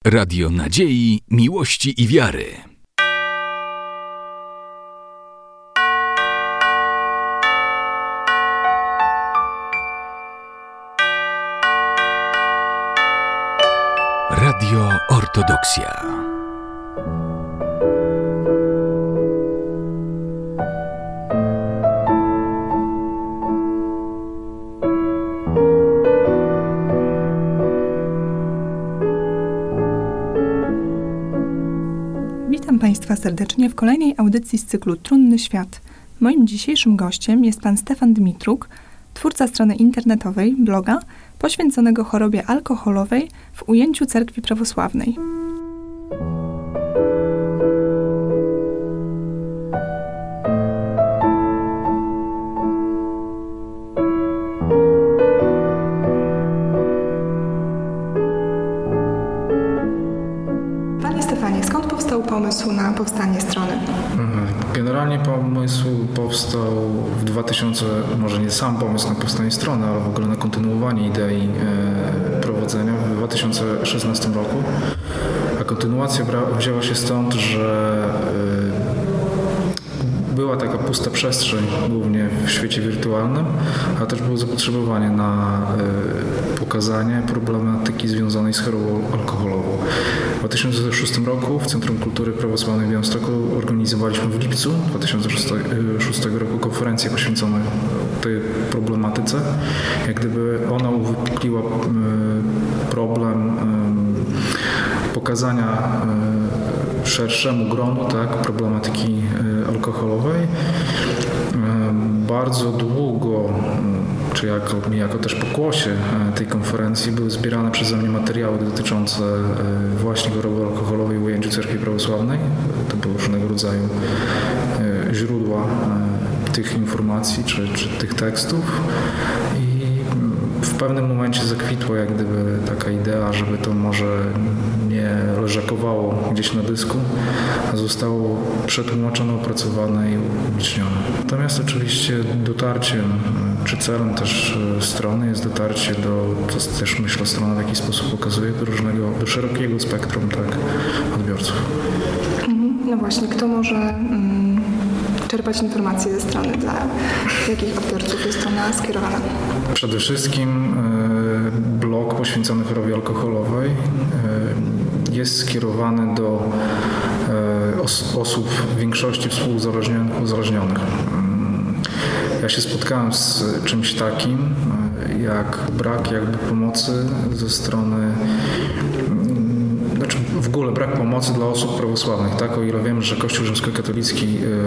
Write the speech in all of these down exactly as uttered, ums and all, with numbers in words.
Radio Nadziei, Miłości i Wiary. Radio Ortodoksja. Witam Państwa serdecznie w kolejnej audycji z cyklu Trunny Świat. Moim dzisiejszym gościem jest pan Stefan Dmitruk, twórca strony internetowej, bloga, poświęconego chorobie alkoholowej w ujęciu Cerkwi Prawosławnej. Panie Stefanie, skąd powstał pomysł na powstanie strony? Generalnie pomysł powstał w dwa tysiące, może nie sam pomysł na powstanie strony, ale w ogóle na kontynuowanie idei e, prowadzenia w dwa tysiące szesnastym roku. A kontynuacja bra- wzięła się stąd, że e, była taka pusta przestrzeń, głównie w świecie wirtualnym, a też było zapotrzebowanie na e, pokazanie problematyki związanej z chorobą alkoholową. W dwa tysiące szóstym roku w Centrum Kultury Prawosławnej w Białymstoku organizowaliśmy w lipcu dwa tysiące szóstego roku konferencję poświęconą tej problematyce. Jak gdyby ona uwypukliła problem pokazania szerszemu gronu, tak, problematyki alkoholowej. Bardzo długo, czy jako, jako też pokłosie tej konferencji, były zbierane przeze mnie materiały dotyczące właśnie choroby alkoholowej w ujęciu Cerkwi Prawosławnej. To były różnego rodzaju źródła tych informacji czy, czy tych tekstów. I w pewnym momencie zakwitła jak gdyby taka idea, żeby to może nie leżakowało gdzieś na dysku, a zostało przetłumaczone, opracowane i upublicznione. Natomiast oczywiście dotarciem, czy celem też strony jest dotarcie do, co też myślę strona w jakiś sposób pokazuje, do różnego, do szerokiego spektrum, tak, odbiorców. No właśnie, kto może mm, czerpać informacje ze strony, dla jakich odbiorców jest ona skierowana? Przede wszystkim y, blog poświęcony chorobie alkoholowej y, jest skierowany do y, os- osób w większości współuzależnionych. uzależnionych. Y, ja się spotkałem z czymś takim, y, jak brak jakby pomocy ze strony y, znaczy w ogóle brak pomocy dla osób prawosławnych, tak? O ile wiem, że Kościół rzymskokatolicki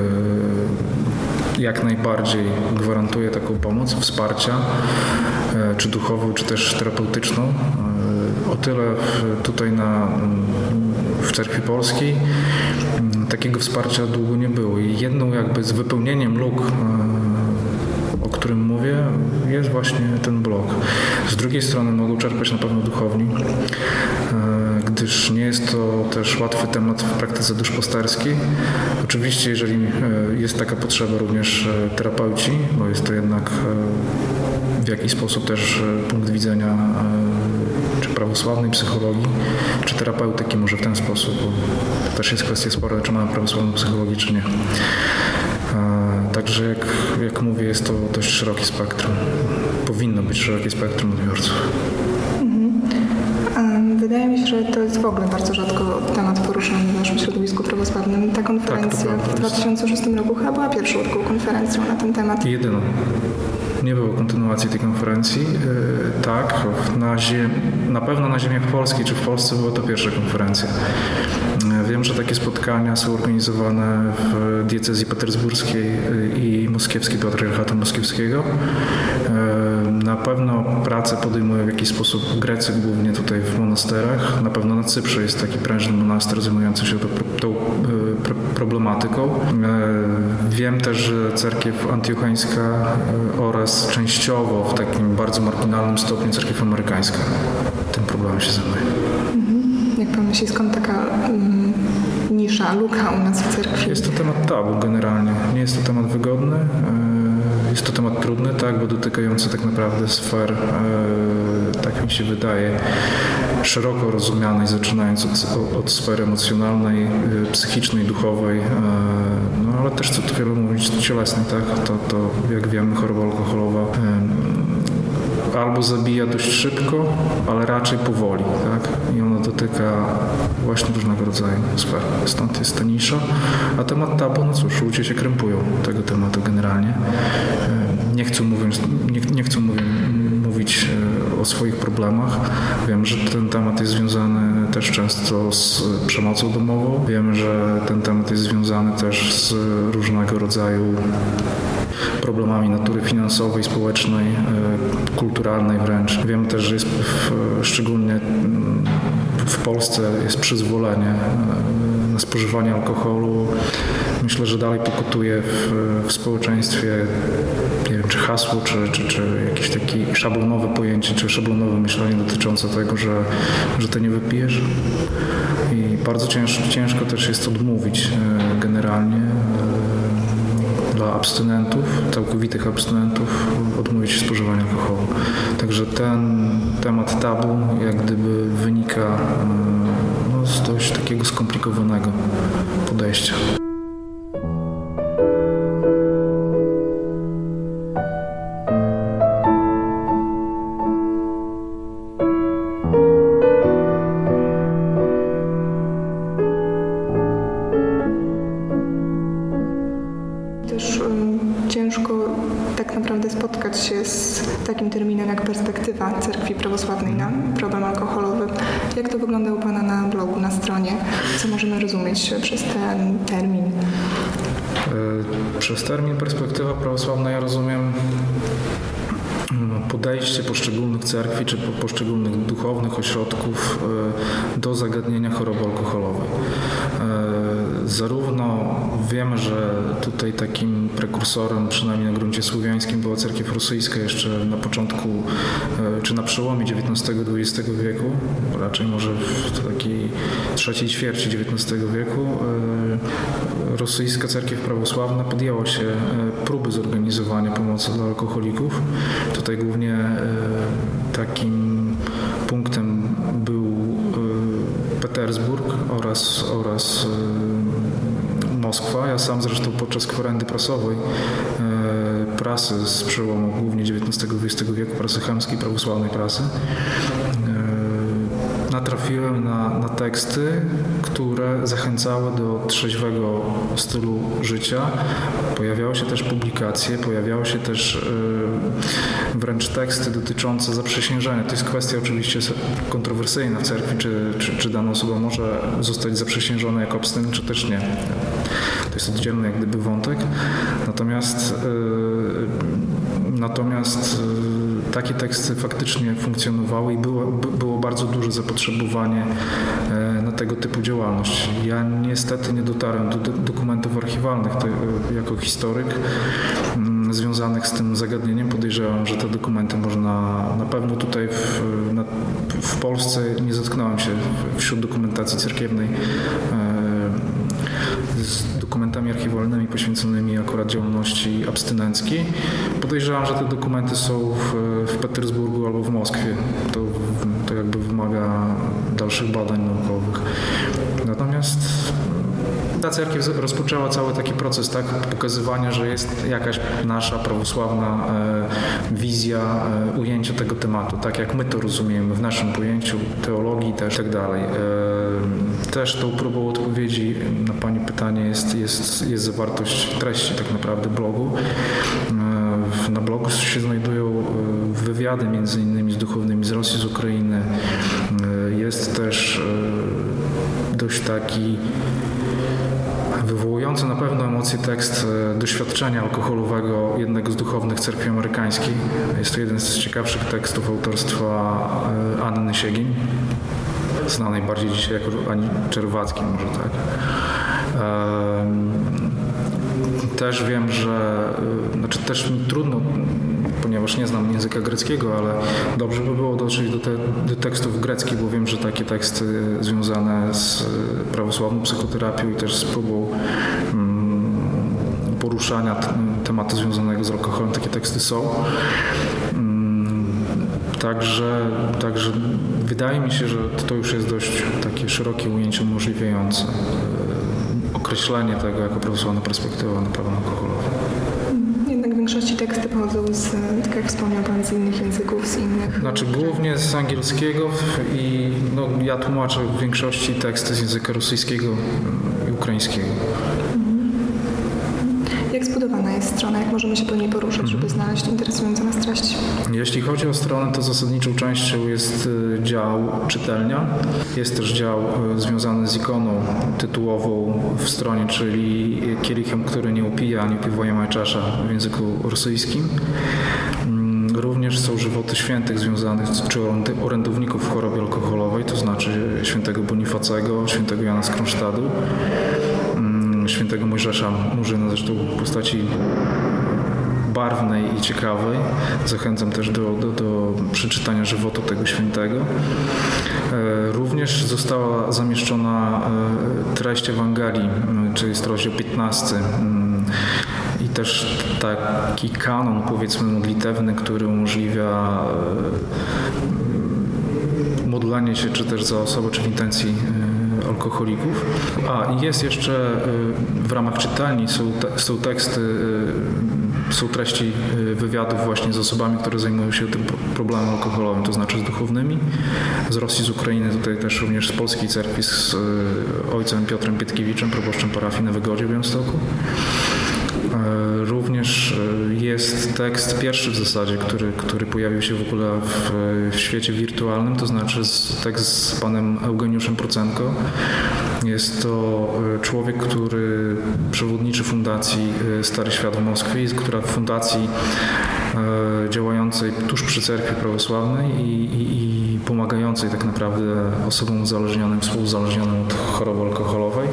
y, jak najbardziej gwarantuje taką pomoc, wsparcia, czy duchową, czy też terapeutyczną. O tyle tutaj na, w Cerkwi Polskiej takiego wsparcia długo nie było. I jedną jakby z wypełnieniem luk, o którym mówię, jest właśnie ten blog. Z drugiej strony mogą czerpać na pewno duchowni, gdyż nie jest to też łatwy temat w praktyce duszpasterskiej. Oczywiście, jeżeli jest taka potrzeba, również terapeuci, bo jest to jednak w jakiś sposób też punkt widzenia czy prawosławnej psychologii, czy terapeutyki może w ten sposób, bo to też jest kwestia spora, czy mamy prawosławną psychologię, czy nie. Także jak, jak mówię, jest to dość szerokie spektrum. Powinno być szerokie spektrum odbiorców. Wydaje mi się, że to jest w ogóle bardzo rzadko temat poruszany w naszym środowisku prawosławnym. Ta konferencja tak, w dwa tysiące szóstym roku chyba była pierwszą taką konferencją na ten temat. Jedyną. Nie było kontynuacji tej konferencji. Yy, tak, na, ziem- na pewno na ziemiach polskiej czy w Polsce była to pierwsza konferencja. Yy, wiem, że takie spotkania są organizowane w diecezji petersburskiej i moskiewskiej, patriarchatu moskiewskiego. Yy, na pewno pracę podejmują w jakiś sposób Grecy, głównie tutaj w monasterach. Na pewno na Cyprze jest taki prężny monaster zajmujący się tą, tą yy, problematyką. Yy, wiem też, że cerkiew antiocheńska yy, oraz częściowo w takim bardzo marginalnym stopniu cerkiew amerykańska tym problemem się zajmuje. Mhm. Jak pan myśli, skąd taka um, nisza, luka u nas w cerkwi? Jest to temat tabu generalnie. Nie jest to temat wygodny. Jest to temat trudny, tak, bo dotykający tak naprawdę sfer, tak mi się wydaje, szeroko rozumianej, zaczynając od, od sfery emocjonalnej, psychicznej, duchowej, no ale też, co tu wiele mówić, cielesnej, tak, to, to jak wiemy, choroba alkoholowa albo zabija dość szybko, ale raczej powoli, tak? I ona dotyka właśnie różnego rodzaju sfer. Stąd jest ta nisza. A temat tabu, no cóż, ludzie się krępują tego tematu generalnie. Nie chcą, mówiąc, nie, nie chcą mówię, mówić o swoich problemach. Wiem, że ten temat jest związany też często z przemocą domową. Wiem, że ten temat jest związany też z różnego rodzaju problemami natury finansowej, społecznej, kulturalnej wręcz. Wiem też, że jest w, szczególnie w Polsce jest przyzwolenie na spożywanie alkoholu. Myślę, że dalej pokutuje w, w społeczeństwie, nie wiem, czy hasło, czy, czy, czy jakieś takie szablonowe pojęcie, czy szablonowe myślenie dotyczące tego, że, że ty nie wypijesz. I bardzo ciężko, ciężko też jest odmówić generalnie dla abstynentów, całkowitych abstynentów, odmówić spożywania alkoholu. Także ten temat tabu jak gdyby wynika no, z dość takiego skomplikowanego podejścia. Ciężko tak naprawdę spotkać się z takim terminem jak perspektywa Cerkwi Prawosławnej na problem alkoholowy. Jak to wygląda u Pana na blogu, na stronie? Co możemy rozumieć przez ten termin? Przez termin perspektywa prawosławna ja rozumiem podejście poszczególnych cerkwi czy poszczególnych duchownych ośrodków do zagadnienia choroby alkoholowej. Zarówno wiemy, że tutaj takim prekursorem, przynajmniej na gruncie słowiańskim, była cerkiew rosyjska jeszcze na początku, czy na przełomie dziewiętnastego dwudziestego wieku, raczej może w takiej trzeciej ćwierci dziewiętnastego wieku. Rosyjska cerkiew prawosławna podjęła się próby zorganizowania pomocy dla alkoholików. Tutaj głównie takim punktem był Petersburg oraz, oraz Moskwa. Ja sam zresztą podczas kwerendy prasowej prasy z przełomu głównie dziewiętnastego dwudziestego wieku, prasy chamskiej, prawosławnej prasy, natrafiłem na, na teksty, które zachęcały do trzeźwego stylu życia. Pojawiały się też publikacje, pojawiały się też yy, wręcz teksty dotyczące zaprzysiężenia. To jest kwestia oczywiście kontrowersyjna w cerkwi, czy, czy, czy dana osoba może zostać zaprzysiężona jako abstynent, czy też nie. To jest oddzielny jak gdyby wątek. Natomiast yy, natomiast yy, takie teksty faktycznie funkcjonowały i było, było bardzo duże zapotrzebowanie na tego typu działalność. Ja niestety nie dotarłem do dokumentów archiwalnych to, jako historyk związanych z tym zagadnieniem. Podejrzewam, że te dokumenty można na pewno tutaj w, na, w Polsce nie zetknąłem się wśród dokumentacji cerkiewnej z dokumentami archiwalnymi poświęconymi akurat działalności abstynenckiej. Podejrzewam, że te dokumenty są w, w Petersburgu albo w Moskwie. To, to jakby wymaga dalszych badań naukowych. Natomiast ta cerkiew rozpoczęła cały taki proces, tak, pokazywania, że jest jakaś nasza prawosławna e, wizja e, ujęcia tego tematu, tak jak my to rozumiemy w naszym pojęciu teologii też i tak dalej. E, też tą próbą odpowiedzi na Pani pytanie jest, jest, jest zawartość treści tak naprawdę blogu. E, na blogu się znajdują wywiady między innymi z duchownymi z Rosji, z Ukrainy. E, jest też e, dość taki wywołujący na pewno emocje tekst doświadczenia alkoholowego jednego z duchownych cerkwi amerykańskiej. Jest to jeden z ciekawszych tekstów autorstwa Anny Siegin, znanej bardziej dzisiaj jako Ani Czerwackiej może tak. Też wiem, że znaczy też mi trudno, ponieważ nie znam języka greckiego, ale dobrze by było dotrzeć do, te, do tekstów greckich, bo wiem, że takie teksty związane z prawosławną psychoterapią i też z próbą um, poruszania t- tematu związanego z alkoholem. Takie teksty są. Także, także wydaje mi się, że to już jest dość takie szerokie ujęcie umożliwiające określenie tego jako prawosławna perspektywa na prawem alkoholowym. Jednak w większości teksty pochodzą z, tak jak wspomniał Pan, z innych języków, z innych... Znaczy głównie z angielskiego i no, ja tłumaczę w większości teksty z języka rosyjskiego i ukraińskiego. Jak zbudowana jest strona? Jak możemy się po niej poruszać, żeby znaleźć interesujące nas treści? Jeśli chodzi o stronę, to zasadniczą częścią jest dział czytelnia. Jest też dział związany z ikoną tytułową w stronie, czyli kielichem, który nie upija, nie upiwuje majczasza w języku rosyjskim. Również są żywoty świętych związanych z, czy orędowników w chorobie alkoholowej, to znaczy świętego Bonifacego, świętego Jana z Kronsztadu, świętego Mojżesza Murzyna, zresztą w postaci barwnej i ciekawej. Zachęcam też do, do, do przeczytania żywotu tego świętego. Również została zamieszczona treść Ewangelii, czyli jest rozdział piętnasty. I też taki kanon, powiedzmy, modlitewny, który umożliwia modlenie się, czy też za osobę, czy w intencji alkoholików. A i jest jeszcze w ramach czytelni są, te, są teksty, są treści wywiadów właśnie z osobami, które zajmują się tym problemem alkoholowym, to znaczy z duchownymi z Rosji, z Ukrainy, tutaj też również z Polskiej Cerkwi z ojcem Piotrem Pietkiewiczem, proboszczem parafii na Wygodzie w Białymstoku. Również jest tekst pierwszy w zasadzie, który, który pojawił się w ogóle w, w świecie wirtualnym, to znaczy tekst z panem Eugeniuszem Procenko. Jest to człowiek, który przewodniczy fundacji Stary Świat w Moskwie, która w fundacji działającej tuż przy cerkwi prawosławnej i, i, i pomagającej tak naprawdę osobom uzależnionym, współuzależnionym od choroby alkoholowej.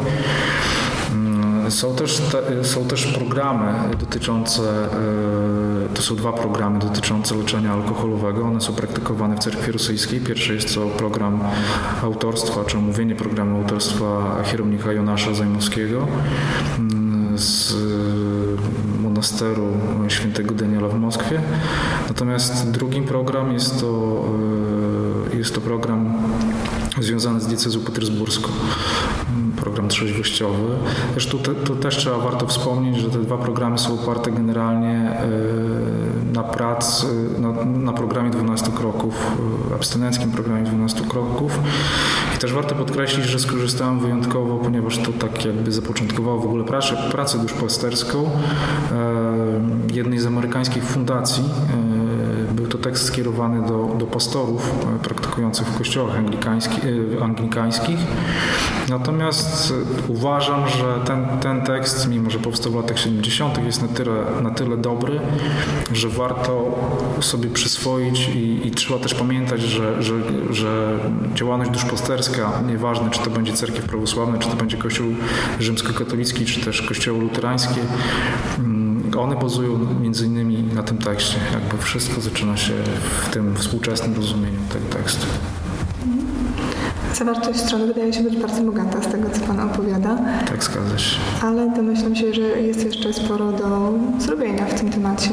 Są też, te, są też programy dotyczące, to są dwa programy dotyczące leczenia alkoholowego. One są praktykowane w cerkwi rosyjskiej. Pierwszy jest to program autorstwa, czy omówienie programu autorstwa hieromnika Jonasza Zajmowskiego z monasteru świętego Daniela w Moskwie. Natomiast drugi program jest to, jest to program związany z diecezją petersburską. Program trzeźwościowy. Zresztą to, to też trzeba warto wspomnieć, że te dwa programy są oparte generalnie na pracy, na, na programie dwunastu kroków, abstynenckim programie dwunastu kroków. I też warto podkreślić, że skorzystałem wyjątkowo, ponieważ to tak jakby zapoczątkowało w ogóle pracę, pracę duszpasterską jednej z amerykańskich fundacji. Był to tekst skierowany do, do pastorów praktykujących w kościołach anglikańskich, anglikańskich. Natomiast uważam, że ten, ten tekst, mimo że powstał w latach siedemdziesiątych, jest na tyle, na tyle dobry, że warto sobie przyswoić i, i trzeba też pamiętać, że, że, że działalność duszpasterska, nieważne czy to będzie cerkiew prawosławna, czy to będzie kościół rzymskokatolicki, czy też kościoły luterańskie, one bazują między innymi na tym tekście. Jakby wszystko zaczyna się w tym współczesnym rozumieniu tego tekstu. Zawartość strony wydaje się być bardzo bogata z tego, co Pan opowiada. Tak, zgadza się. Ale domyślam się, że jest jeszcze sporo do zrobienia w tym temacie.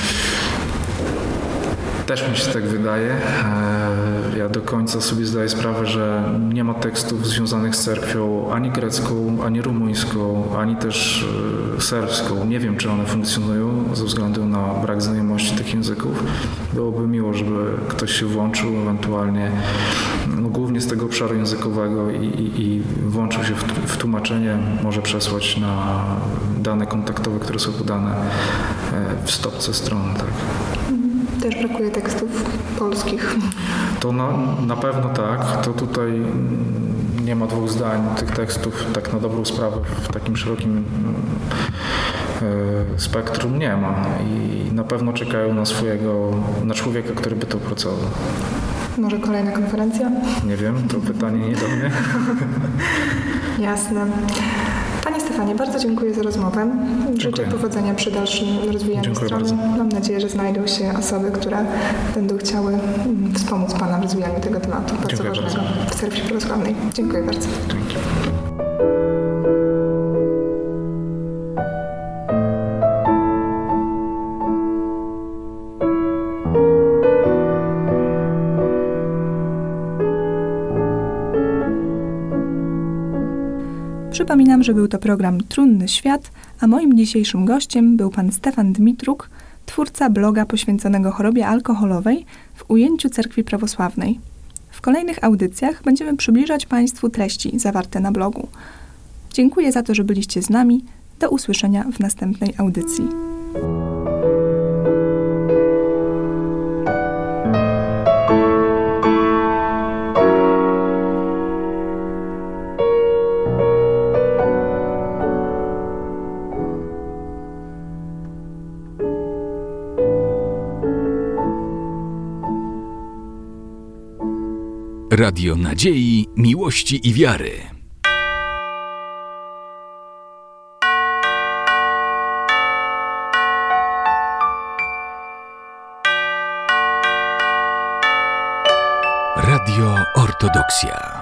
Też mi się tak wydaje. Ja do końca sobie zdaję sprawę, że nie ma tekstów związanych z cerkwią ani grecką, ani rumuńską, ani też serbską. Nie wiem, czy one funkcjonują ze względu na brak znajomości tych języków. Byłoby miło, żeby ktoś się włączył ewentualnie, no, głównie z tego obszaru językowego i, i, i włączył się w, w tłumaczenie, może przesłać na dane kontaktowe, które są podane w stopce strony. Tak. Też brakuje tekstów polskich. To na, na pewno tak. To tutaj nie ma dwóch zdań. Tych tekstów tak na dobrą sprawę w takim szerokim e, spektrum nie ma. I na pewno czekają na swojego, na człowieka, który by to opracował. Może kolejna konferencja? Nie wiem, to pytanie nie do mnie. Jasne. Panie Stefanie, bardzo dziękuję za rozmowę. Życzę dziękuję. Powodzenia przy dalszym rozwijaniu dziękuję strony. Bardzo. Mam nadzieję, że znajdą się osoby, które będą chciały wspomóc Pana w rozwijaniu tego tematu bardzo dziękuję ważnego bardzo. W cerkwi prawosławnej. Dziękuję bardzo. Dzięki. Przypominam, że był to program Trunny Świat, a moim dzisiejszym gościem był pan Stefan Dmitruk, twórca bloga poświęconego chorobie alkoholowej w ujęciu cerkwi prawosławnej. W kolejnych audycjach będziemy przybliżać Państwu treści zawarte na blogu. Dziękuję za to, że byliście z nami. Do usłyszenia w następnej audycji. Radio Nadziei, Miłości i Wiary. Radio Ortodoksja.